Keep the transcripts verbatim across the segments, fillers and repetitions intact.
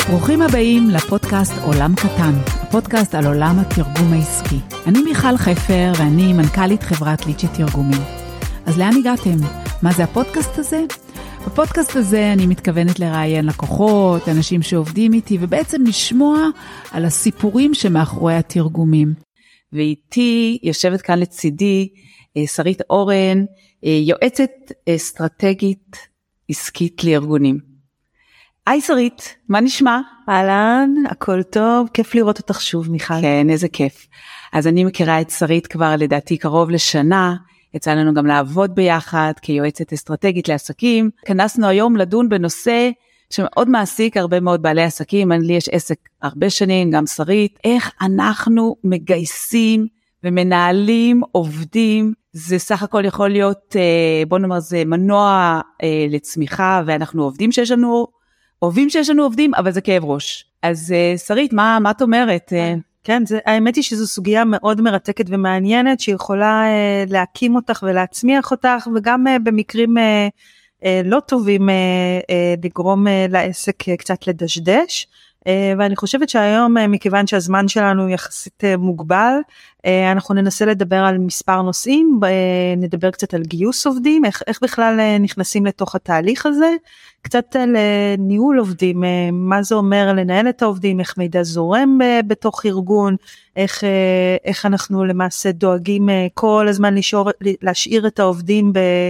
ברוכים הבאים לפודקאסט עולם קטן, הפודקאסט על עולם התרגום העסקי. אני מיכל חפר ואני מנכ"לית חברת ליצ'י תרגומים. אז לאן הגעתם? מה זה הפודקאסט הזה? בפודקאסט הזה אני מתכוונת לראיין לקוחות, אנשים שעובדים איתי, ובעצם לשמוע על הסיפורים שמאחורי התרגומים. ואיתי יושבת כאן לצידי שרית אורן, יועצת אסטרטגית עסקית לארגונים. היי שרית, מה נשמע? אהלן, הכל טוב, כיף לראות אותך שוב מיכל. כן, איזה כיף. אז אני מכירה את שרית כבר לדעתי קרוב לשנה, יצא לנו גם לעבוד ביחד כיועצת אסטרטגית לעסקים. כנסנו היום לדון בנושא שמאוד מעסיק הרבה מאוד בעלי עסקים, לי יש עסק הרבה שנים, גם שרית, איך אנחנו מגייסים ומנהלים עובדים, זה סך הכל יכול להיות, בוא נאמר, זה מנוע לצמיחה, ואנחנו עובדים שיש לנו, אוהבים שיש לנו עובדים, אבל זה כאב ראש. אז שרית, מה, מה את אומרת? כן, זה, האמת היא שזו סוגיה מאוד מרתקת ומעניינת, שיכולה אה, להקים אותך ולהצמיח אותך, וגם אה, במקרים אה, אה, לא טובים אה, אה, לגרום אה, לעסק אה, קצת לדשדש, אה, ואני חושבת שהיום, אה, מכיוון שהזמן שלנו יחסית אה, מוגבל, אה, אנחנו ננסה לדבר על מספר נושאים, אה, נדבר קצת על גיוס עובדים, איך, איך בכלל אה, נכנסים לתוך התהליך הזה, קצת על ניהול עובדים, מה זה אומר לנהל את העובדים, איך מידע זורם בתוך ארגון, איך, איך אנחנו למעשה דואגים כל הזמן לשאור, להשאיר את העובדים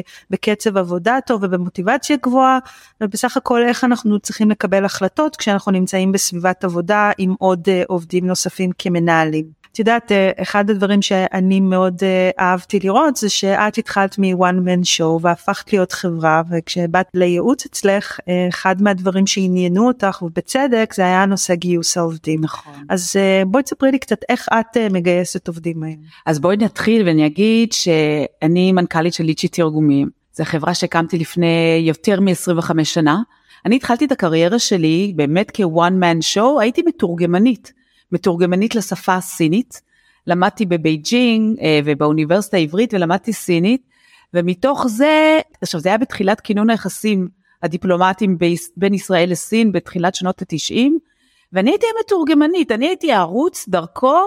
בקצב עבודה טוב ובמוטיבציה גבוהה, ובסך הכל איך אנחנו צריכים לקבל החלטות כשאנחנו נמצאים בסביבת עבודה עם עוד עובדים נוספים כמנהלים. את יודעת, אחד הדברים שאני מאוד אהבתי לראות, זה שאת התחלת מ-one man show, והפכת להיות חברה, וכשבאת לייעוץ אצלך, אחד מהדברים שעניינו אותך, ובצדק, זה היה נושא גיוס העובדים. נכון. אז בואי תספרי לי קצת, איך את מגייסת עובדים היום? אז בואי נתחיל ואני אגיד, שאני מנכ"לית של ליצ'י תרגומים, זו חברה שהקמתי לפני יותר מ-עשרים וחמש שנה, אני התחלתי את הקריירה שלי, באמת כ-one man show, הייתי מתורגמנית, מתורגמנית לשפה הסינית, למדתי בבייג'ינג ובאוניברסיטה העברית ולמדתי סינית, ומתוך זה, עכשיו זה היה בתחילת כינון היחסים הדיפלומטיים בין ישראל לסין, בתחילת שנות ה-תשעים, ואני הייתי המתורגמנית, אני הייתי הערוץ, דרכו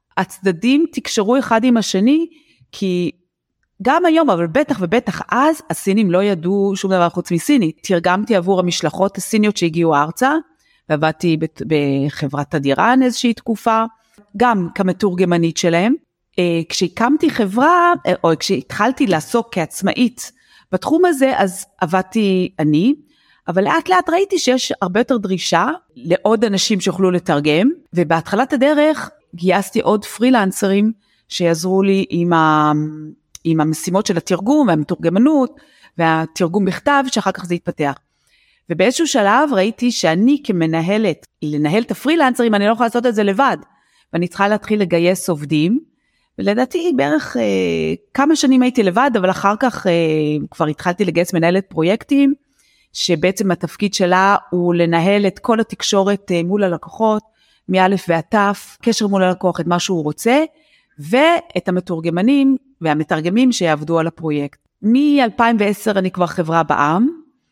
הצדדים תקשרו אחד עם השני, כי גם היום, אבל בטח ובטח אז, הסינים לא ידעו שום דבר חוץ מסינית, תרגמתי עבור המשלחות הסיניות שהגיעו ארצה, ועבדתי בחברת הדירן איזושהי תקופה, גם כמתורגמנית שלהם. כשהקמתי חברה, או כשהתחלתי לעסוק כעצמאית בתחום הזה, אז עבדתי אני, אבל לאט לאט ראיתי שיש הרבה יותר דרישה לעוד אנשים שיוכלו לתרגם, ובהתחלת הדרך גייסתי עוד פרילנסרים שיעזרו לי עם, ה, עם המשימות של התרגום והמתורגמנות, והתרגום בכתב, שאחר כך זה יתפתח. ובאיזשהו שלב ראיתי שאני כמנהלת, לנהל את הפרילנסרים, אני לא יכולה לעשות את זה לבד, ואני צריכה להתחיל לגייס עובדים, ולדעתי בערך אה, כמה שנים הייתי לבד, אבל אחר כך אה, כבר התחלתי לגייס מנהלת פרויקטים, שבעצם התפקיד שלה הוא לנהל את כל התקשורת אה, מול הלקוחות, מאלף ועד תף, קשר מול הלקוח, את מה שהוא רוצה, ואת המתורגמנים והמתרגמים שיעבדו על הפרויקט. מ-אלפיים ועשר אני כבר חברה בע"מ,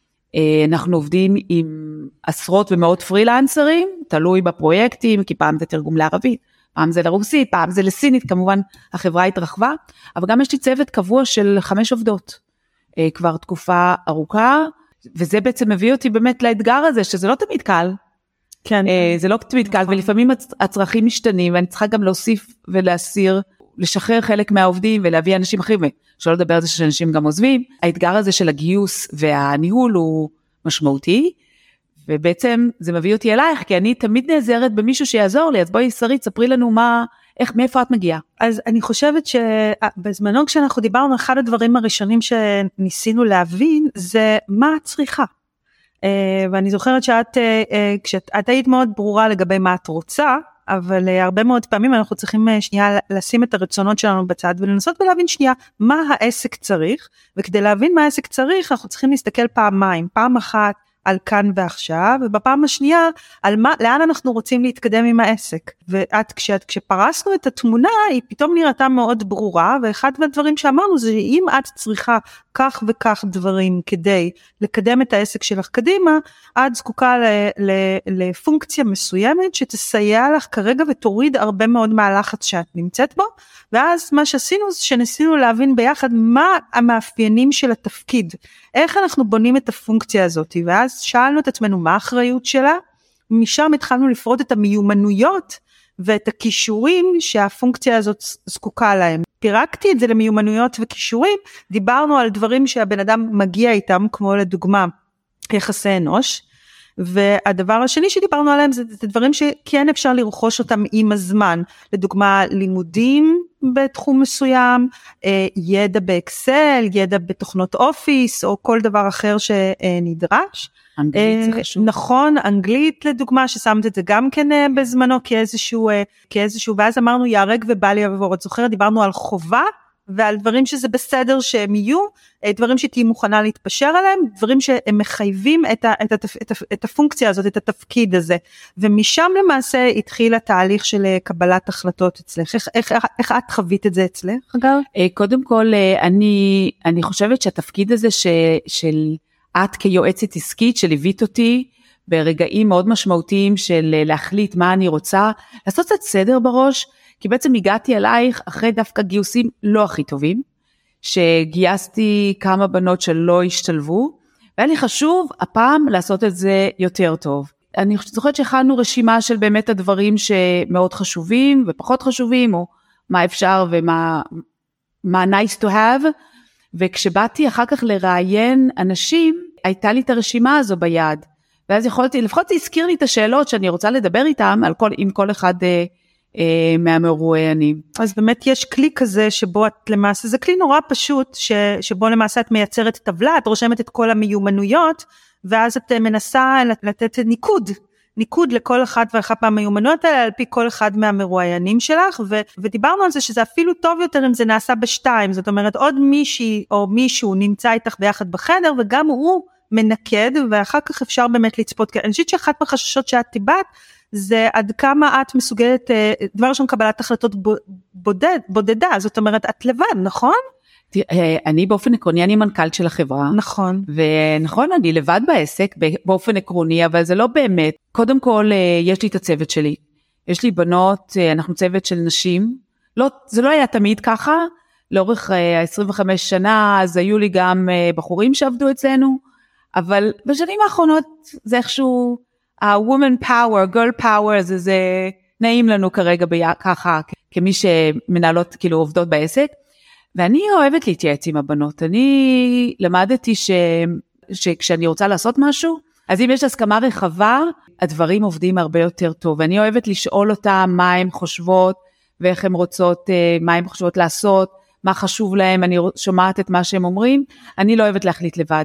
אנחנו עובדים עם עשרות ומאות פרילנסרים, תלוי בפרויקטים, כי פעם זה תרגום לערבית, פעם זה לרוסית, פעם זה לסינית, כמובן החברה התרחבה, אבל גם יש לי צוות קבוע של חמש עובדות, כבר תקופה ארוכה, וזה בעצם מביא אותי באמת לאתגר הזה, שזה לא תמיד קל, כן. זה לא תמיד קל, ולפעמים הצרכים משתנים, ואני צריכה גם להוסיף ולהסיר, לשחרר חלק מהעובדים ולהביא אנשים אחרים, שלא לדבר על זה שאנשים גם עוזבים, האתגר הזה של הגיוס והניהול הוא משמעותי, ובעצם זה מביא אותי אלייך, כי אני תמיד נעזרת במישהו שיעזור לי, אז בואי שרית, ספרי לנו מה, איך, מאיפה את מגיעה? אז אני חושבת שבזמנו כשאנחנו דיברנו, אחד הדברים הראשונים שניסינו להבין, זה מה את צריכה. ואני זוכרת שאת, כשאת היית מאוד ברורה לגבי מה את רוצה, אבל הרבה מאוד פעמים אנחנו צריכים שנייה לשים את הרצונות שלנו בצד, ולנסות ולהבין שנייה מה העסק צריך, וכדי להבין מה העסק צריך, אנחנו צריכים להסתכל פעמיים, פעם אחת על כאן ועכשיו, ובפעם השנייה, על מה, לאן אנחנו רוצים להתקדם עם העסק. ואת, כשאת, כשפרסנו את התמונה, היא פתאום נראתה מאוד ברורה, ואחד מהדברים שאמרנו, זה שאם את צריכה כך וכך דברים, כדי לקדם את העסק שלך קדימה, את זקוקה ל, ל, לפונקציה מסוימת, שתסייע לך כרגע, ותוריד הרבה מאוד מהלחץ שאת נמצאת בו, ואז מה שעשינו, זה שניסינו להבין ביחד, מה המאפיינים של התפקיד, איך אנחנו בונים את הפונקציה הזאת, ואז שאלנו את עצמנו מה האחריות שלה, ומשם התחלנו לפרוט את המיומנויות ואת הכישורים שהפונקציה הזאת זקוקה להם. פירקתי את זה למיומנויות וכישורים, דיברנו על דברים שהבן אדם מגיע איתם, כמו לדוגמה יחסי אנוש, והדבר השני שדיברנו עליהם זה, זה דברים שכן אפשר לרכוש אותם עם הזמן, לדוגמה לימודים בתחום מסוים, ידע באקסל, ידע בתוכנות אופיס, או כל דבר אחר שנדרש. אנגלית זה חשוב. נכון, אנגלית לדוגמה, ששמת את זה גם כן בזמנו, כאיזשהו, כאיזשהו, ואז אמרנו יהרג ובל יעבור, את זוכרת, דיברנו על חובה, ועל דברים שזה בסדר שהם יהיו, דברים שתהי מוכנה להתפשר עליהם, דברים שהם מחייבים את, ה, את, ה, את, ה, את הפונקציה הזאת, את התפקיד הזה, ומשם למעשה התחיל התהליך של קבלת החלטות אצלך. איך, איך, איך את חווית את זה אצלך, אגב? קודם כל, אני, אני חושבת שהתפקיד הזה ש, של את כיועצת עסקית שליווית אותי, ברגעים מאוד משמעותיים של להחליט מה אני רוצה, לעשות קצת סדר בראש, כי בעצם הגעתי אלייך אחרי דווקא גיוסים לא הכי טובים, שגייסתי כמה בנות שלא השתלבו, והיה לי חשוב הפעם לעשות את זה יותר טוב. אני זוכרת שהכנו רשימה של באמת הדברים שמאוד חשובים ופחות חשובים, או מה אפשר ומה מה nice to have, וכשבאתי אחר כך לראיין אנשים, הייתה לי את הרשימה הזו ביד, ואז יכולתי, לפחות זה הזכיר לי את השאלות שאני רוצה לדבר איתם, על כל, עם כל אחד מהמרואיינים. אז באמת יש כלי כזה שבו את למעשה, זה כלי נורא פשוט, ש, שבו למעשה את מייצרת טבלה, את רושמת את כל המיומנויות, ואז את מנסה לתת ניקוד, ניקוד לכל אחד ואחת מהמיומנויות האלה, על פי כל אחד מהמרואיינים שלך, ו, ודיברנו על זה שזה אפילו טוב יותר אם זה נעשה בשתיים, זאת אומרת עוד מישהי או מישהו נמצא איתך ביחד בחדר, וגם הוא מנקד, ואחר כך אפשר באמת לצפות, אני חושבת שאחת מהחששות שאת טיבעת, זה עד כמה את מסוגלת, דבר ראשון קבלת החלטות בודד, בודדה, זאת אומרת, את לבד, נכון? אני באופן עקרוני, אני מנכ"לית של החברה. נכון. ונכון, אני לבד בעסק, באופן עקרוני, אבל זה לא באמת. קודם כל, יש לי את הצוות שלי. יש לי בנות, אנחנו צוות של נשים. לא, זה לא היה תמיד ככה. לאורך ה-עשרים וחמש שנה, אז היו לי גם בחורים שעבדו אצלנו, אבל בשנים האחרונות זה איכשהו, ה-woman power, girl power, זה, זה נעים לנו כרגע ב- ככה, כמי שמנהלות, כאילו עובדות בעסק, ואני אוהבת להתייעץ עם הבנות, אני למדתי ש, שכשאני רוצה לעשות משהו, אז אם יש הסכמה רחבה, הדברים עובדים הרבה יותר טוב, ואני אוהבת לשאול אותם מה הן חושבות, ואיך הן רוצות, מה הן חושבות לעשות, מה חשוב להם, אני שומעת את מה שהם אומרים, אני לא אוהבת להחליט לבד,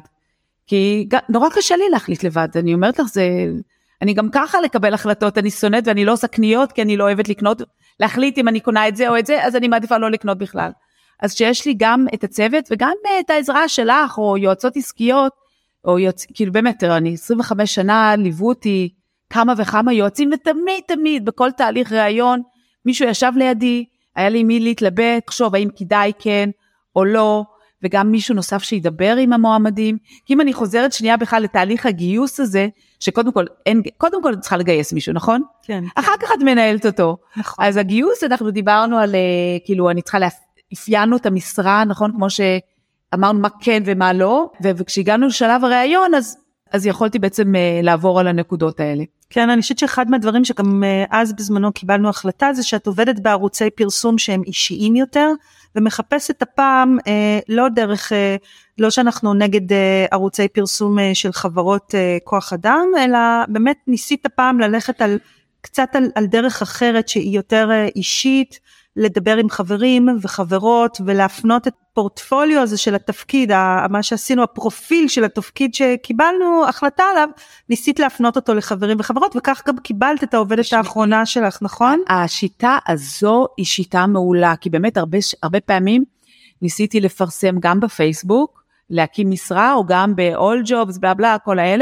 כי נורא קשה לי להחליט לבד, אני אומרת לך, זה, אני גם ככה לקבל החלטות, אני שונאת ואני לא עושה קניות, כי אני לא אוהבת לקנות, להחליט אם אני קונה את זה או את זה, אז אני מעדיפה לא לקנות בכלל. אז שיש לי גם את הצוות, וגם את העזרה שלך, או יועצות עסקיות, או יועצ... כאילו באמת, אני עשרים וחמש שנה, ליוו אותי כמה וכמה יועצים, ותמיד תמיד, בכל תהליך ראיון, מישהו ישב לידי, היה לי מי להתלבט, חשוב האם כדאי כן, או לא, וגם מישהו נוסף שידבר עם המועמדים, כי אם אני חוזרת שנייה בכלל לתהליך הגיוס הזה, שקודם כל, אין, קודם כל צריכה לגייס מישהו, נכון? כן. אחר כך את מנהלת אותו. נכון. אז הגיוס, אנחנו דיברנו על, כאילו, אני צריכה להפיינו את המשרה, נכון? כמו שאמרנו מה כן ומה לא, וכשהגענו לשלב הראיון, אז, אז יכולתי בעצם לעבור על הנקודות האלה. כן, אני חושבת שאחד מהדברים שגם אז בזמנו קיבלנו החלטה, זה שאת עובדת בערוצי פרסום שהם אישיים יותר, ומחפשת הפעם, אה, לא דרך, אה, לא שאנחנו נגד אה, ערוצי פרסום אה, של חברות אה, כוח אדם, אלא באמת ניסית הפעם ללכת על, קצת על, על דרך אחרת שהיא יותר אה, אישית, לדבר עם חברים וחברות, ולהפנות את פורטפוליו הזה של התפקיד, מה שעשינו, הפרופיל של התפקיד שקיבלנו החלטה עליו, ניסית להפנות אותו לחברים וחברות, וכך גם קיבלת את העובדת האחרונה שלך, נכון? השיטה הזו היא שיטה מעולה, כי באמת הרבה, הרבה פעמים ניסיתי לפרסם גם בפייסבוק, להקים משרה, או גם ב-all jobs, בלה בלה, כל האלה,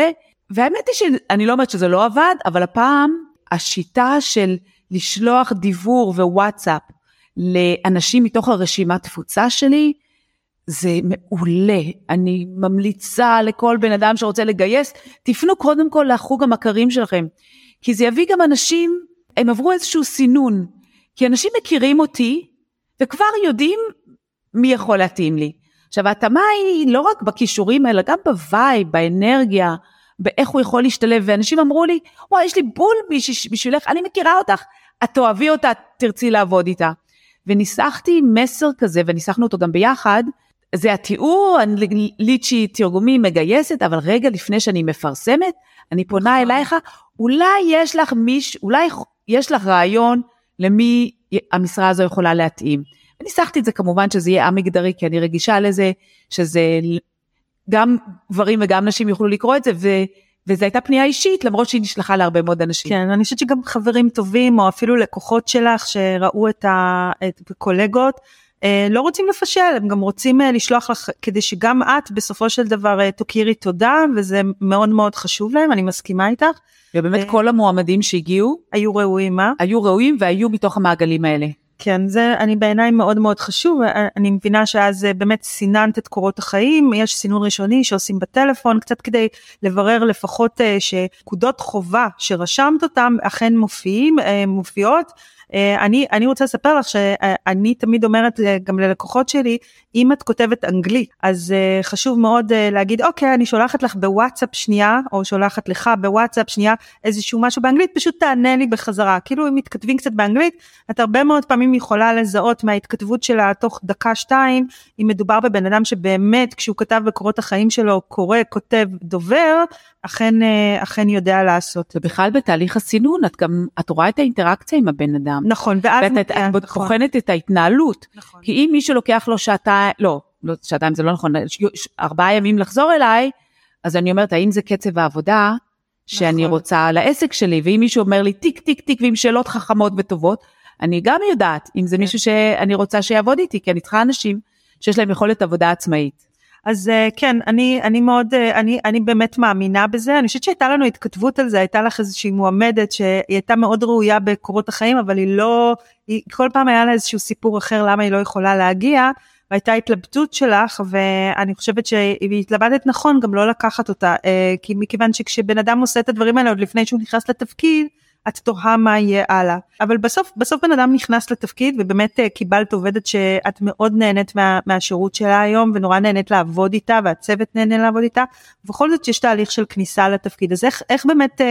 והאמת היא שאני לא אומרת שזה לא עבד, אבל הפעם השיטה של לשלוח דיבור ווואטסאפ לאנשים מתוך הרשימת תפוצה שלי, זה מעולה. אני ממליצה לכל בן אדם שרוצה לגייס, תפנו קודם כל לחוג המכרים שלכם, כי זה יביא גם אנשים, הם עברו איזשהו סינון, כי אנשים מכירים אותי, וכבר יודעים מי יכול להתאים לי. עכשיו, ההתאמה היא לא רק בכישורים, אלא גם בווייב, באנרגיה, באיך הוא יכול להשתלב, ואנשים אמרו לי, וואי, יש לי בול בשבילך, אני מכירה אותך, את תאהבי אותה, תרצי לעבוד איתה. וניסחתי מסר כזה, וניסחנו אותו גם ביחד, זה התיאור, ליצ'י תרגומי מגייסת, אבל רגע לפני שאני מפרסמת, אני פונה אלייך, אולי יש לך מיש, אולי יש לך רעיון, למי המשרה הזו יכולה להתאים. וניסחתי את זה כמובן שזה יהיה המגדרי, כי אני רגישה לזה, שזה גם גברים וגם נשים יוכלו לקרוא את זה, ו... וזו הייתה פנייה אישית, למרות שהיא נשלחה להרבה מאוד אנשים. כן, אני חושבת שגם חברים טובים, או אפילו לקוחות שלך, שראו את הקולגות, לא רוצים לפשל, הם גם רוצים לשלוח לך, כדי שגם את בסופו של דבר תוקירי תודה, וזה מאוד מאוד חשוב להם, אני מסכימה איתך. ובאמת כל המועמדים שהגיעו, היו ראויים, מה? היו ראויים והיו מתוך המעגלים האלה. כן, זה אני בעיניי מאוד מאוד חשוב, אני מבינה שאז באמת סיננת את קורות החיים, יש סינון ראשוני שעושים בטלפון, קצת כדי לברר לפחות שנקודות חובה שרשמת אותם, אכן מופיעים, מופיעות, אני, אני רוצה לספר לך שאני תמיד אומרת גם ללקוחות שלי, אם את כותבת אנגלית, אז חשוב מאוד להגיד, אוקיי, אני שולחת לך בוואטסאפ שנייה, או שולחת לך בוואטסאפ שנייה, איזשהו משהו באנגלית, פשוט תענה לי בחזרה, כאילו אם מתכתבים קצת באנגלית, את הרבה מאוד פעמים יכולה לזהות מההתכתבות שלה תוך דקה שתיים, אם מדובר בבן אדם שבאמת, כשהוא כתב בקורות החיים שלו, קורא, כותב, דובר, אכן, אכן יודע לעשות. ובכלל בתהליך הסינון, את גם, את רואה את האינטראקציה עם הבן אדם. נכון, ואז ואת בוחנת את ההתנהלות. נכון. כי אם מישהו לוקח לו שעתיים, לא, לא, שעתיים זה לא נכון, ארבעה ימים לחזור אליי, אז אני אומרת, האם זה קצב העבודה שאני נכון. רוצה לעסק שלי, ואם מישהו אומר לי טיק, טיק, טיק, ועם שאלות חכמות וטובות, אני גם יודעת, אם זה כן. מישהו שאני רוצה שיעבוד איתי, כי אני צריכה אנשים שיש להם יכולת עבודה עצמאית. אז כן, אני, אני מאוד, אני, אני באמת מאמינה בזה, אני חושבת שהייתה לנו התכתבות על זה, הייתה לך איזושהי מועמדת שהיא הייתה מאוד ראויה בקורות החיים, אבל היא לא, היא, כל פעם היה לה איזשהו סיפור אחר למה היא לא יכולה להגיע, והייתה התלבטות שלך, ואני חושבת שהיא התלבטת נכון גם לא לקחת אותה, כי מכיוון שכשבן אדם עושה את הדברים האלה עוד לפני שהוא נכנס לתפקיד, את תוהה מה יהיה הלאה, אבל בסוף, בסוף בן אדם נכנס לתפקיד, ובאמת קיבלת עובדת שאת מאוד נהנית מה, מהשירות שלה היום, ונורא נהנית לעבוד איתה, והצוות נהנה לעבוד איתה, ובכל זאת יש תהליך של כניסה לתפקיד, אז איך, איך באמת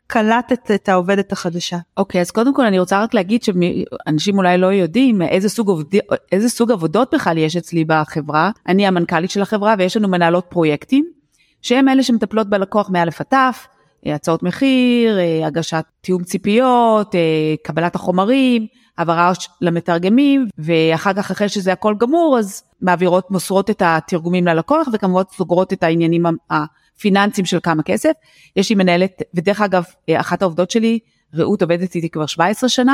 קלטת את העובדת החדשה? אוקיי, אז קודם כל אני רוצה רק להגיד, שאנשים אולי לא יודעים, איזה סוג, עובד, איזה סוג עבודות בכלל יש אצלי בחברה, אני המנכ"לית של החברה, ויש לנו מנהלות פרויקטים, שהם אלה שמטפלות בלקוח מאלף עד תף, הצעות מחיר, הגשת תיאום ציפיות, קבלת החומרים, העברה למתרגמים, ואחר כך אחרי שזה הכל גמור, אז מעבירות, מוסרות את התרגומים ללקוח, וכמובן סוגרות את העניינים הפיננסיים של כמה כסף. יש לי מנהלת, ודרך אגב, אחת העובדות שלי, רעות עובדת איתי כבר שבע עשרה שנה,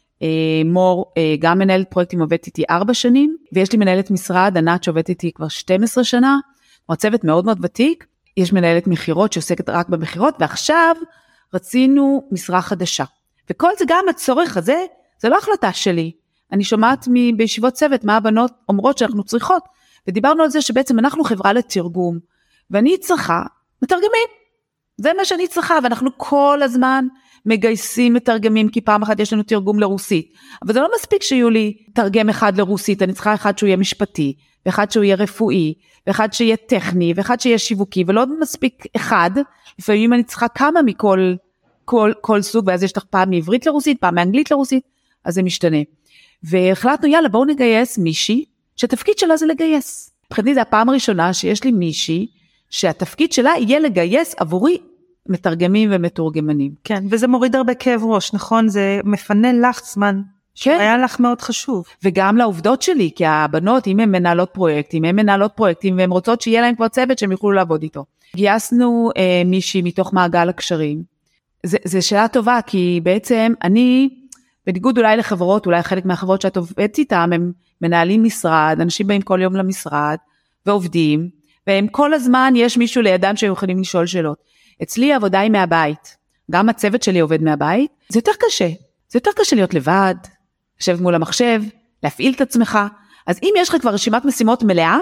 מור גם מנהלת פרויקטים עובדת איתי ארבע שנים, ויש לי מנהלת משרד, ענת שעובדת איתי כבר שתים עשרה שנה, צוות מאוד מאוד ותיק, יש מנהלת מחירות שעוסקת רק במחירות, ועכשיו רצינו משרה חדשה. וכל זה גם הצורך הזה, זה לא החלטה שלי. אני שומעת בישיבות צוות מה הבנות אומרות שאנחנו צריכות, ודיברנו על זה שבעצם אנחנו חברה לתרגום, ואני צריכה מתרגמים. זה מה שאני צריכה, ואנחנו כל הזמן מגייסים מתרגמים, כי פעם אחת יש לנו תרגום לרוסית. אבל זה לא מספיק שיהיו לי תרגם אחד לרוסית, אני צריכה אחד שהוא יהיה משפטי, ואחד שהוא יהיה רפואי, ואחד שיהיה טכני, ואחד שיהיה שיווקי, ולא מספיק אחד, לפעמים אני צריכה כמה מכל כל, כל סוג, ואז יש לך פעם מעברית לרוסית, פעם מאנגלית לרוסית, אז זה משתנה. והחלטנו, יאללה, בואו נגייס מישהי, שהתפקיד שלה זה לגייס. מבחינתי זה הפעם הראשונה שיש לי מישהי, שהתפקיד שלה יהיה לגייס עבורי מתרגמים ומתורגמנים. כן, וזה מוריד הרבה כאב ראש, נכון? זה מפנה לך זמן. כן. היה לך מאוד חשוב. וגם לעובדות שלי, כי הבנות, אם הן מנהלות פרויקטים, הן מנהלות פרויקטים, והן רוצות שיהיה להן כבר צוות שהם יוכלו לעבוד איתו. גייסנו אה, מישהי מתוך מעגל הקשרים. זה, זה שאלה טובה, כי בעצם אני, בניגוד אולי לחברות, אולי חלק מהחברות שאת עובדת איתם, הם מנהלים משרד, אנשים באים כל יום למשרד, ועובדים, והם כל הזמן יש מישהו לידם שהם יכולים לשאול שאלות. אצלי העבודה היא מהבית, גם הצוות שלי עובד מהבית, זה יותר קשה, זה יותר קשה להיות לבד, לשבת מול המחשב, להפעיל את עצמך, אז אם יש לך כבר רשימת משימות מלאה,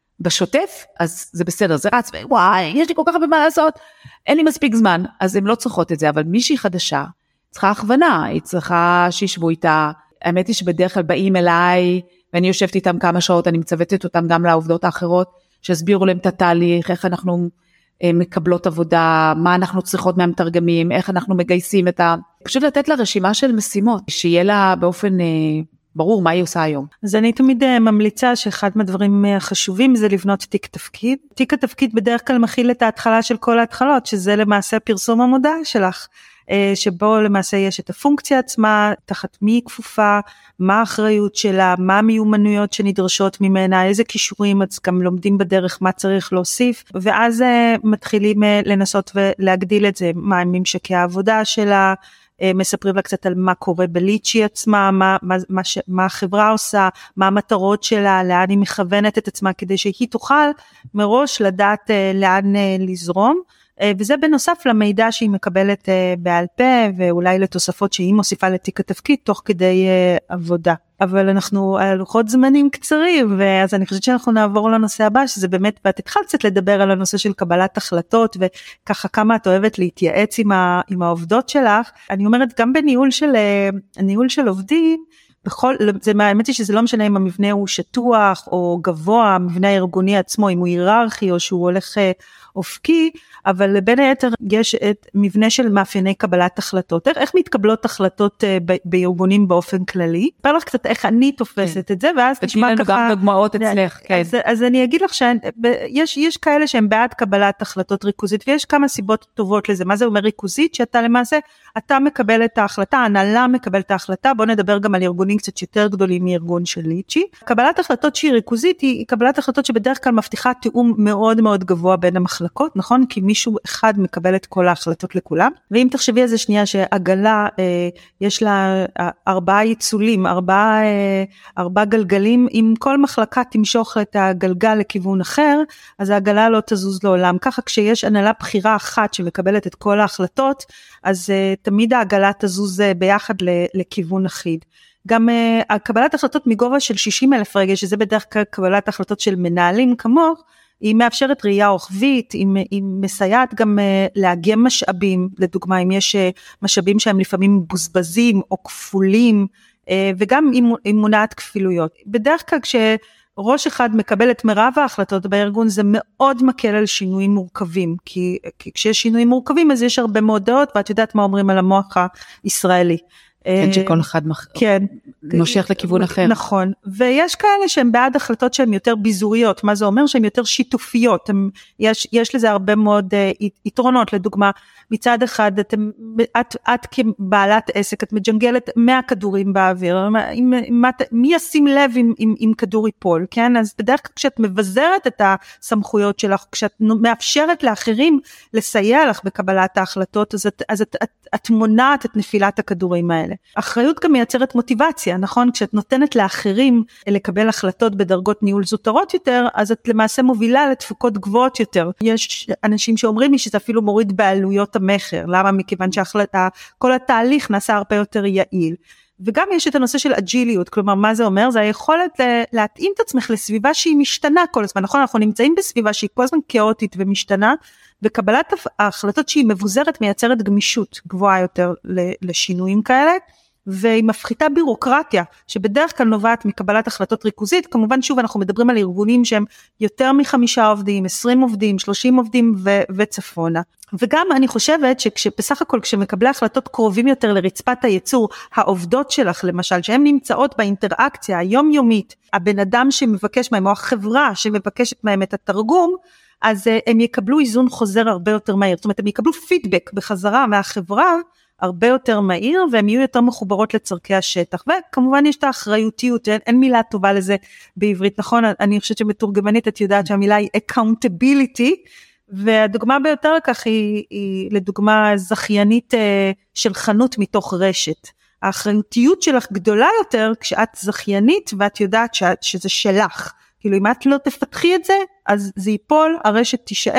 בשוטף, אז זה בסדר, זה רץ, וואי, יש לי כל כך הרבה מה לעשות, אין לי מספיק זמן, אז הן לא צריכות את זה, אבל מישהי חדשה, צריכה הכוונה, היא צריכה שישבו איתה, האמת היא שבדרך כלל באים אליי, ואני יושבת איתם כמה שעות, אני מצוותת אותם גם לעובדות האחרות, שהסבירו להם את התהליך, איך אנחנו מקבלות עבודה, מה אנחנו צריכות מהמתרגמים, איך אנחנו מגייסים את ה... פשוט לתת לה רשימה של משימות, שיהיה לה באופן ברור מה היא עושה היום. אז אני תמיד ממליצה שאחד מהדברים החשובים זה לבנות תיק תפקיד. תיק התפקיד בדרך כלל מכיל את ההתחלה של כל ההתחלות, שזה למעשה פרסום המודעה שלך, שבו למעשה יש את הפונקציה עצמה, תחת מי היא כפופה, מה האחריות שלה, מה המיומנויות שנדרשות ממנה, איזה כישורים, אז גם לומדים בדרך מה צריך להוסיף, ואז מתחילים לנסות ולהגדיל את זה, מה הם ממשקי העבודה שלה, מספרים לה קצת על מה קורה בליצ'י עצמה, מה, מה, מה, מה החברה עושה, מה המטרות שלה, לאן היא מכוונת את עצמה, כדי שהיא תוכל מראש לדעת לאן לזרום, וזה בנוסף למידע שהיא מקבלת בעל פה, ואולי לתוספות שהיא מוסיפה לתיק התפקיד, תוך כדי עבודה. אבל אנחנו על לוחות זמנים קצרים, אז אני חושבת שאנחנו נעבור לנושא הבא, שזה באמת, ואת התחלת קצת לדבר על הנושא של קבלת החלטות, וככה כמה את אוהבת להתייעץ עם, ה, עם העובדות שלך. אני אומרת, גם בניהול של, ניהול של עובדים, בכל, זה האמת היא שזה לא משנה אם המבנה הוא שטוח או גבוה, המבנה הארגוני עצמו, אם הוא היררכי או שהוא הולך אופקי, אבל בין היתר יש את מבנה של מאפייני קבלת החלטות. איך, איך מתקבלות החלטות ב, בארגונים באופן כללי? אספר לך קצת איך אני תופסת כן. את זה, ואז תשמע ככה... גם דוגמאות אצלך, כן. אז, אז אני אגיד לך שיש יש כאלה שהם בעד קבלת החלטות ריכוזית, ויש כמה סיבות טובות לזה. מה זה אומר ריכוזית? שאתה למעשה, אתה מקבל את ההחלטה, ההנהלה מקבל את ההחלטה, בוא נדבר גם על ארגונים קצת יותר גדולים מארגון של ליצ'י. קבלת החלטות שהיא ריכוזית, היא קבלת החלטות שבדרך כלל מבטיחה תיאום מאוד מאוד גבוה בין המחלקות, נכון? כי מישהו אחד מקבל את כל ההחלטות לכולם. ואם תחשבי על זה שנייה שעגלה, אה, יש לה ארבעה ייצולים, ארבעה, אה, ארבעה גלגלים, אם כל מחלקה תמשוך את הגלגל לכיוון אחר, אז העגלה לא תזוז לעולם. ככה כשיש הנהלה בחירה אחת שמקבלת את כל ההחלטות, אז אה, תמיד העגלה תזוז ביחד לכיוון אחיד. גם uh, קבלת החלטות מגובה של שישים אלף רגל, שזה בדרך כלל קבלת החלטות של מנהלים כמוך, היא מאפשרת ראייה רוחבית, היא, היא מסייעת גם uh, להגיע משאבים, לדוגמה אם יש uh, משאבים שהם לפעמים בוזבזים או כפולים, uh, וגם היא מונעת כפילויות. בדרך כלל כשראש אחד מקבל את מרב ההחלטות בארגון, זה מאוד מקל על שינויים מורכבים, כי, כי כשיש שינויים מורכבים אז יש הרבה מאוד דעות, ואת יודעת מה אומרים על המוח הישראלי. כן, שכל אחד כן. מושך לכיוון אחר. נכון, ויש כאלה שהם בעד החלטות שהן יותר ביזוריות, מה זה אומר? שהן יותר שיתופיות, הם, יש, יש לזה הרבה מאוד uh, יתרונות, לדוגמה, מצד אחד, אתם, את, את כבעלת עסק, את מג'נגלת מאה כדורים באוויר, עם, עם, מי ישים לב עם, עם, עם כדור ייפול, כן? אז בדרך כלל כשאת מבזרת את הסמכויות שלך, כשאת מאפשרת לאחרים לסייע לך בקבלת ההחלטות, אז את, אז את, את, את מונעת את נפילת הכדורים האלה. אחריות גם מייצרת מוטיבציה, נכון? כשאת נותנת לאחרים לקבל החלטות בדרגות ניהול זוטרות יותר, אז את למעשה מובילה לתפוקות גבוהות יותר. יש אנשים שאומרים לי שזה אפילו מוריד בעלויות המחר. למה? מכיוון שההחלטה, כל התהליך נעשה הרבה יותר יעיל. וגם יש את הנושא של אג'יליות, כלומר מה זה אומר? זה היכולת להתאים את עצמך לסביבה שהיא משתנה כל הזמן, נכון? אנחנו נמצאים בסביבה שהיא כל הזמן כאוטית ומשתנה, וקבלת ההחלטות שהיא מבוזרת מייצרת גמישות גבוהה יותר לשינויים כאלה, והיא מפחיתה בירוקרטיה, שבדרך כלל נובעת מקבלת החלטות ריכוזית, כמובן שוב אנחנו מדברים על ארגונים שהם יותר מחמישה עובדים, עשרים עובדים, שלושים עובדים ו- וצפונה. וגם אני חושבת שבסך הכל כשמקבלי החלטות קרובים יותר לרצפת הייצור, העובדות שלך למשל, שהן נמצאות באינטראקציה היומיומית, הבן אדם שמבקש מהם, או החברה שמבקשת מהם את התרגום, אז הם יקבלו איזון חוזר הרבה יותר מהיר, זאת אומרת הם יקבלו פידבק בחזרה מהחברה, הרבה יותר מהיר, והן יהיו יותר מחוברות לצרכי השטח, וכמובן יש את האחריותיות, אין, אין מילה טובה לזה בעברית, נכון? אני חושבת שמתורגמנית, את יודעת שהמילה היא accountability, והדוגמה ביותר לכך היא, היא לדוגמה זכיינית אה, של חנות מתוך רשת, האחריותיות שלך גדולה יותר, כשאת זכיינית, ואת יודעת שאת, שזה שלך, כאילו אם את לא תפתחי את זה, אז זה ייפול, הרשת תישאר,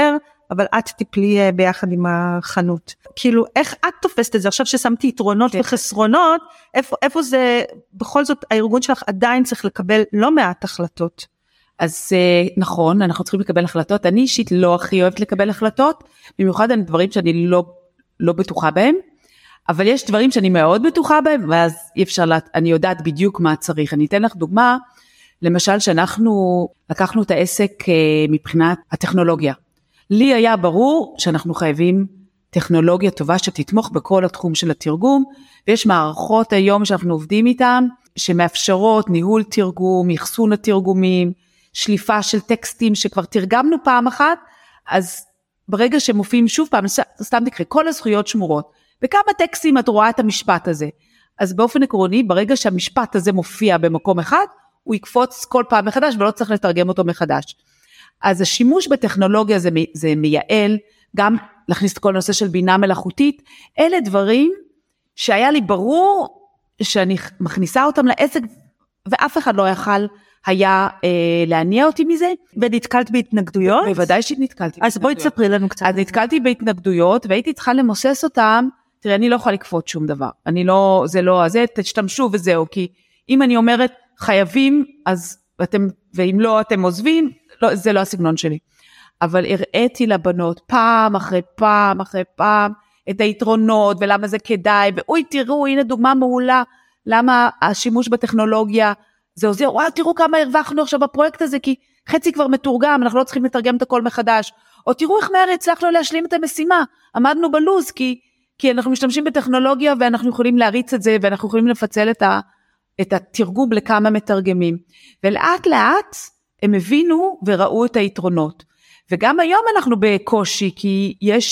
אבל את תיפלי ביחד עם החנות. כאילו, איך את תופסת את זה? עכשיו ששמתי יתרונות וחסרונות, איפה, איפה זה, בכל זאת, הארגון שלך עדיין צריך לקבל לא מעט החלטות. אז נכון, אנחנו צריכים לקבל החלטות. אני אישית לא הכי אוהבת לקבל החלטות, במיוחד על דברים שאני לא, לא בטוחה בהם, אבל יש דברים שאני מאוד בטוחה בהם, ואז אי אפשר, אני יודעת בדיוק מה צריך. אני אתן לך דוגמה, למשל שאנחנו לקחנו את העסק מבחינת הטכנולוגיה. לי היה ברור שאנחנו חייבים טכנולוגיה טובה שתתמוך בכל התחום של התרגום, ויש מערכות היום שאנחנו עובדים איתן, שמאפשרות ניהול תרגום, יחסון התרגומים, שליפה של טקסטים שכבר תרגמנו פעם אחת, אז ברגע שמופיעים שוב פעם, סתם תקרא, כל הזכויות שמורות, בכמה טקסטים את רואה את המשפט הזה, אז באופן עקרוני, ברגע שהמשפט הזה מופיע במקום אחד, הוא יקפוץ כל פעם מחדש, ולא צריך לתרגם אותו מחדש. אז השימוש בטכנולוגיה זה, זה מייעל, גם להכניס את כל הנושא של בינה מלאכותית, אלה דברים שהיה לי ברור, שאני מכניסה אותם לעסק, ואף אחד לא יכל היה אה, להניע אותי מזה. ונתקלת בהתנגדויות? בוודאי שנתקלתי. אז בואי תספרי לנו קצת. אז נתקלתי בהתנגדויות, והייתי צריכה למוסס אותם, תראי, אני לא יכולה לקפות שום דבר, אני לא, זה לא, אז תשתמשו וזהו, כי אם אני אומרת, חייבים, אז אתם, ואם לא אתם עוזבים, לא, זה לא הסגנון שלי. אבל הראיתי לבנות, פעם אחרי פעם אחרי פעם, את היתרונות, ולמה זה כדאי, ואוי תראו, הנה דוגמה מעולה, למה השימוש בטכנולוגיה, זה עוזר, וואו תראו כמה הרווחנו עכשיו בפרויקט הזה, כי חצי כבר מתורגם, אנחנו לא צריכים לתרגם את הכל מחדש, או תראו איך מהר הצלחנו להשלים את המשימה, עמדנו בלוז, כי, כי אנחנו משתמשים בטכנולוגיה, ואנחנו יכולים להריץ את זה, ואנחנו יכולים לפצל את ה... את התרגום לכמה מתרגמים, ולאט לאט הם הבינו וראו את היתרונות, וגם היום אנחנו בקושי, כי יש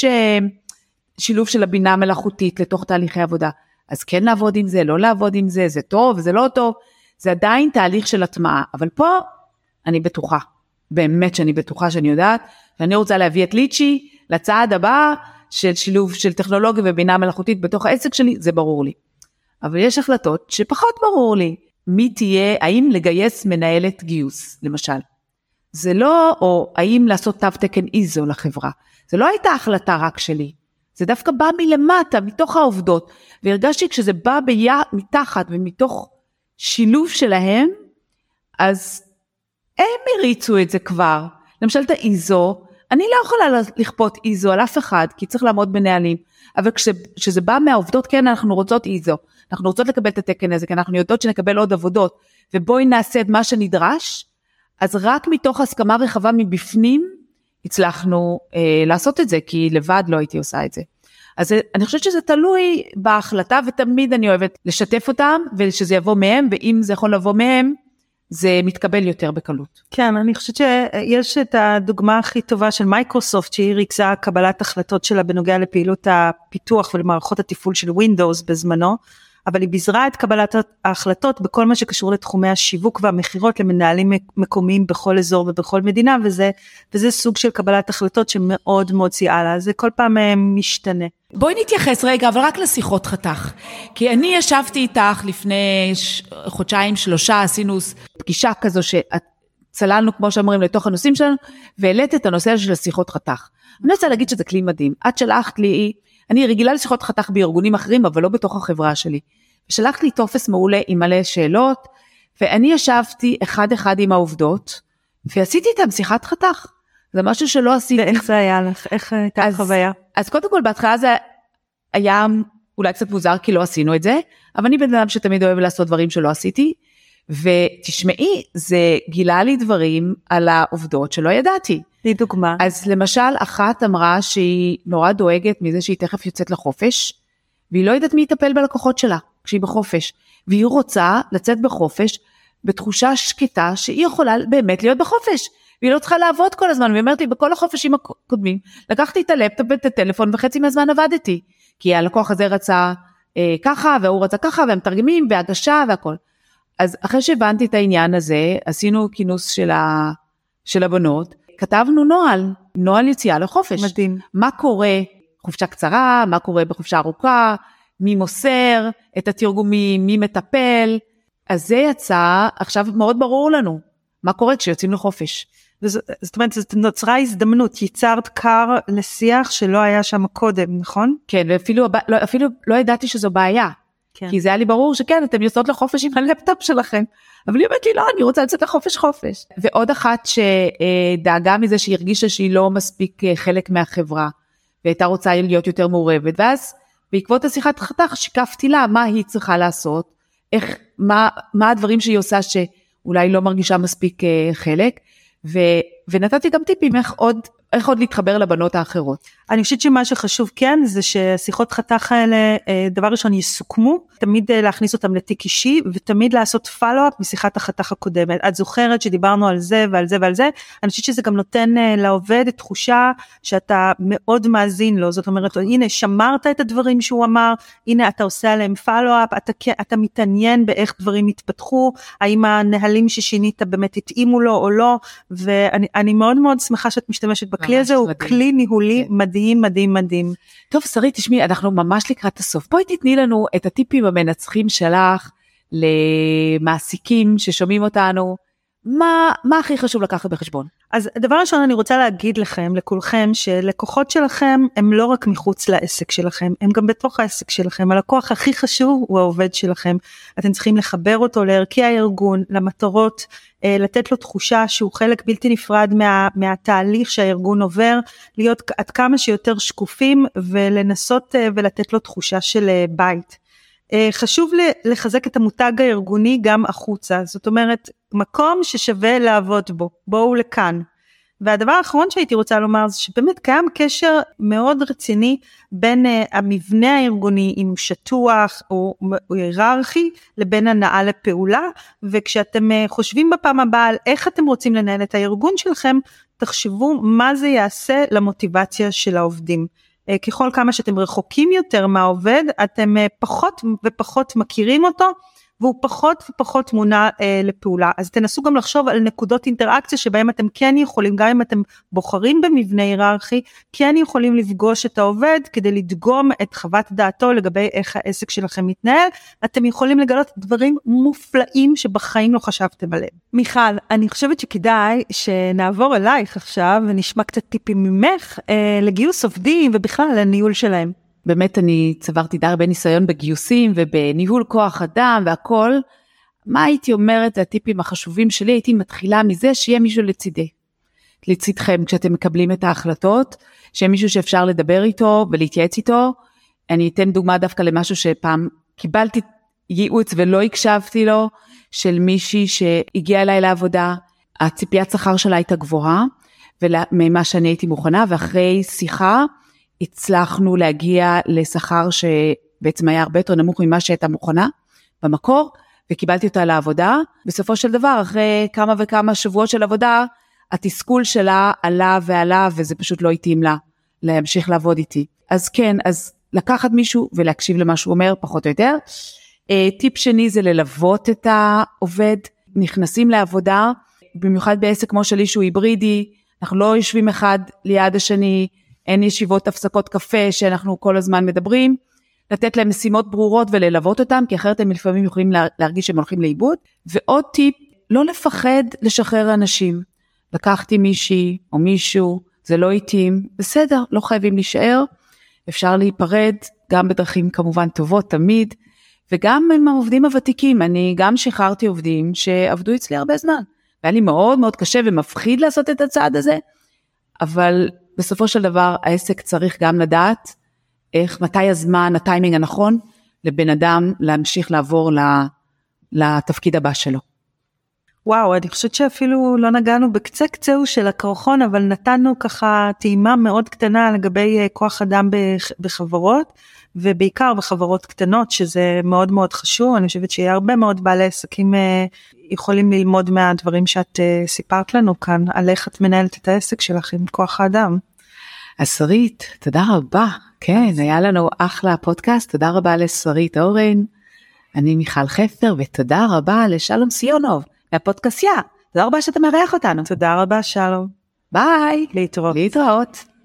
שילוב של הבינה המלאכותית לתוך תהליכי עבודה, אז כן לעבוד עם זה, לא לעבוד עם זה, זה טוב, זה לא טוב, זה עדיין תהליך של הטמעה, אבל פה אני בטוחה, באמת שאני בטוחה שאני יודעת, ואני רוצה להביא את ליצ'י לצעד הבא, של שילוב של טכנולוגיה ובינה מלאכותית בתוך העסק שלי, זה ברור לי. אבל יש החלטות שפחות ברור לי, מי תהיה, האם לגייס מנהלת גיוס, למשל. זה לא, או האם לעשות תו תקן איזו לחברה. זה לא הייתה החלטה רק שלי. זה דווקא בא מלמטה, מתוך העובדות. והרגשתי כשזה בא ביה, מתחת ומתוך שילוב שלהם, אז הם הריצו את זה כבר. למשל את האיזו, אני לא יכולה לכפות איזו על אף אחד, כי צריך לעמוד בנהלים. אבל כשזה בא מהעובדות, כן, אנחנו רוצות איזו. אנחנו רוצות לקבל את התקן הזה, כי אנחנו יודעות שנקבל עוד עבודות, ובואי נעשה את מה שנדרש, אז רק מתוך הסכמה רחבה מבפנים, הצלחנו אה, לעשות את זה, כי לבד לא הייתי עושה את זה. אז אני חושבת שזה תלוי בהחלטה, ותמיד אני אוהבת לשתף אותם, ושזה יבוא מהם, ואם זה יכול לבוא מהם, זה מתקבל יותר בקלות. כן, אני חושבת שיש את הדוגמה הכי טובה של מייקרוסופט, שהיא ריכזה קבלת החלטות שלה בנוגע לפעילות הפיתוח ולמערכות התפעול של ווינדוס בזמנו, אבל היא ביזרה את קבלת ההחלטות בכל מה שקשור לתחומי השיווק והמחירות למנהלים מקומיים בכל אזור ובכל מדינה, וזה, וזה סוג של קבלת החלטות שמאוד מאוד סייעה לה, זה כל פעם משתנה. בואי נתייחס רגע, אבל רק לשיחות חתך, כי אני ישבתי איתך לפני חודשיים שלושה, עשינו פגישה כזו שצללנו כמו שאומרים לתוך הנושאים שלנו, והעלית את הנושא של השיחות חתך. אני רוצה להגיד שזה כלי מדהים, את שלחת לי, אני רגילה לשיחות חתך בארגונים אחרים, אבל לא בתוך החברה שלי. ושלחת לי טופס מעולה עם מלא שאלות, ואני ישבתי אחד אחד עם העובדות, ועשיתי איתם שיחת חתך. זה משהו שלא עשיתי. ואיך זה היה לך? איך הייתה החוויה? אז קודם כל, בהתחלה זה היה אולי קצת מוזר, כי לא עשינו את זה, אבל אני בן אדם שתמיד אוהב לעשות דברים שלא עשיתי, ותשמעי, זה גילה לי דברים על העובדות שלא ידעתי. לי דוגמה. אז למשל, אחת אמרה שהיא נורא דואגת מזה שהיא תכף יוצאת לחופש, והיא לא יודעת מי יטפל בלקוחות שלה, כשהיא בחופש, והיא רוצה לצאת בחופש, בתחושה שקטה שהיא יכולה באמת להיות בחופש, והיא לא צריכה לעבוד כל הזמן, והיא אומרת לי, בכל החופשים הקודמים, לקחתי את הלפטופ ואת הטלפון, וחצי מהזמן עבדתי, כי הלקוח הזה רצה אה, ככה, והוא רצה ככה, והם תרגמים, והגשה והכל. אז אחרי שהבנתי את העניין הזה, עשינו כינוס של, ה, של הבנות, כתבנו נוהל, נוהל יציאה לחופש. מדהים. מה קורה חופשה קצרה, מה קורה בחופשה ארוכה, מי מוסר את התרגומים, מי מטפל, אז זה יצא, עכשיו מאוד ברור לנו, מה קורה כשיוצאים לחופש. זאת אומרת, זאת נוצרה הזדמנות, יצרת קר לשיח שלא היה שם קודם, נכון? כן, ואפילו לא, אפילו לא ידעתי שזו בעיה, כן. כי זה היה לי ברור שכן, אתם יוצאות לחופש עם הלפטופ שלכם, אבל היא אומרת לי, לא, אני רוצה לצאת לחופש חופש. ועוד אחת שדאגה מזה שהיא הרגישה שהיא לא מספיק חלק מהחברה, והייתה רוצה להיות יותר מעורבת, ואז בעקבות השיחת חתך שיקפתי לה מה היא צריכה לעשות, איך, מה, מה הדברים שהיא עושה שאולי לא מרגישה מספיק חלק, ו, ונתתי גם טיפים איך עוד, איך עוד להתחבר לבנות האחרות. אני חושבת שמה שחשוב כן, זה ששיחות חתך האלה, דבר ראשון יסוכמו, תמיד להכניס אותם לתיק אישי, ותמיד לעשות פולו-אפ משיחת החתך הקודמת. את זוכרת שדיברנו על זה ועל זה ועל זה, אני חושבת שזה גם נותן לעובד תחושה שאתה מאוד מאזין לו, זאת אומרת, הנה שמרת את הדברים שהוא אמר, הנה אתה עושה עליהם פולו-אפ, אתה, אתה מתעניין באיך דברים התפתחו, האם הנהלים ששינית באמת התאימו לו או לא, ואני אני מאוד מאוד שמחה שאת משתמשת בכלי הזה, הוא כלי ניהולי מדהים, מדהים, מדהים. טוב, שרית, תשמעי, אנחנו ממש לקראת הסוף. בואי תתני לנו את הטיפים המנצחים שלך למעסיקים ששומעים אותנו. מה, מה הכי חשוב לקחת בחשבון? אז דבר ראשון אני רוצה להגיד לכם, לכולכם, שלקוחות שלכם הם לא רק מחוץ לעסק שלכם, הם גם בתוך העסק שלכם. הלקוח הכי חשוב הוא העובד שלכם. אתם צריכים לחבר אותו לערכי הארגון, למטרות, לתת לו תחושה שהוא חלק בלתי נפרד מה, מהתהליך שהארגון עובר, להיות עד כמה שיותר שקופים ולנסות ולתת לו תחושה של בית. חשוב לחזק את המותג הארגוני גם החוצה, זאת אומרת, מקום ששווה לעבוד בו, בואו לכאן. והדבר האחרון שהייתי רוצה לומר, זה שבאמת קיים קשר מאוד רציני, בין המבנה הארגוני, אם הוא שטוח או היררכי, לבין הנעה לפעולה, וכשאתם חושבים בפעם הבאה, על איך אתם רוצים לנהל את הארגון שלכם, תחשבו מה זה יעשה למוטיבציה של העובדים. ככל כמה שאתם רחוקים יותר מהעובד, אתם פחות ופחות מכירים אותו, והוא פחות ופחות מונע אה, לפעולה. אז תנסו גם לחשוב על נקודות אינטראקציה, שבהם אתם כן יכולים, גם אם אתם בוחרים במבנה היררכי, כן יכולים לפגוש את העובד, כדי לדגום את חוות דעתו, לגבי איך העסק שלכם מתנהל, אתם יכולים לגלות דברים מופלאים, שבחיים לא חשבתם עליהם. מיכל, אני חושבת שכדאי, שנעבור אלייך עכשיו, ונשמע קצת טיפים ממך, אה, לגיוס עובדים, ובכלל לניהול שלהם. באמת אני צברתי די הרבה ניסיון בגיוסים ובניהול כוח אדם והכל. מה הייתי אומרת, הטיפים החשובים שלי, הייתי מתחילה מזה שיהיה מישהו לצידי. לצידכם כשאתם מקבלים את ההחלטות, שיהיה מישהו שאפשר לדבר איתו ולהתייעץ איתו. אני אתן דוגמה דווקא למשהו שפעם קיבלתי ייעוץ ולא הקשבתי לו, של מישהי שהגיעה אליי לעבודה, הציפיית שכר שלה הייתה גבוהה, וממה שאני הייתי מוכנה, ואחרי שיחה, הצלחנו להגיע לשכר שבעצם היה הרבה יותר נמוך ממה שהייתה מוכנה במקור, וקיבלתי אותה לעבודה. בסופו של דבר, אחרי כמה וכמה שבועות של עבודה, התסכול שלה עלה ועלה, וזה פשוט לא התאים לה להמשיך לעבוד איתי. אז כן, אז לקחת מישהו ולהקשיב למה שהוא אומר, פחות או יותר. טיפ שני זה ללוות את העובד, נכנסים לעבודה, במיוחד בעסק כמו שלי שהוא היברידי, אנחנו לא יושבים אחד ליד השני, אין ישיבות הפסקות קפה שאנחנו כל הזמן מדברים, לתת להם משימות ברורות וללוות אותם, כי אחרת הם לפעמים יכולים להרגיש שהם הולכים לאיבוד. ועוד טיפ, לא לפחד לשחרר אנשים. לקחתי מישהי או מישהו, זה לא התאים, בסדר, לא חייבים להישאר, אפשר להיפרד, גם בדרכים כמובן טובות תמיד, וגם עם העובדים הוותיקים, אני גם שחררתי עובדים שעבדו אצלי הרבה זמן, והיה לי מאוד מאוד קשה ומפחיד לעשות את הצעד הזה, אבל בסופו של דבר העסק צריך גם לדעת, איך, מתי הזמן, הטיימינג הנכון, לבן אדם להמשיך לעבור לתפקיד הבא שלו. וואו, אני חושבת שאפילו לא נגענו בקצה קצהו של הקרחון, אבל נתנו ככה טעימה מאוד קטנה לגבי כוח אדם בחברות, ובעיקר בחברות קטנות, שזה מאוד מאוד חשוב. אני חושבת שיהיה הרבה מאוד בעלי עסקים יכולים ללמוד מהדברים שאת סיפרת לנו כאן, על איך את מנהלת את העסק שלך עם כוח האדם. אז שרית, תודה רבה. כן, היה לנו אחלה פודקאסט, תודה רבה לשרית אורן, אני מיכל חפר, ותודה רבה לשלום סיונוב, מהפודקאסיה, תודה רבה שאתה מארח אותנו. תודה רבה שלום. ביי. להתראות. להתראות.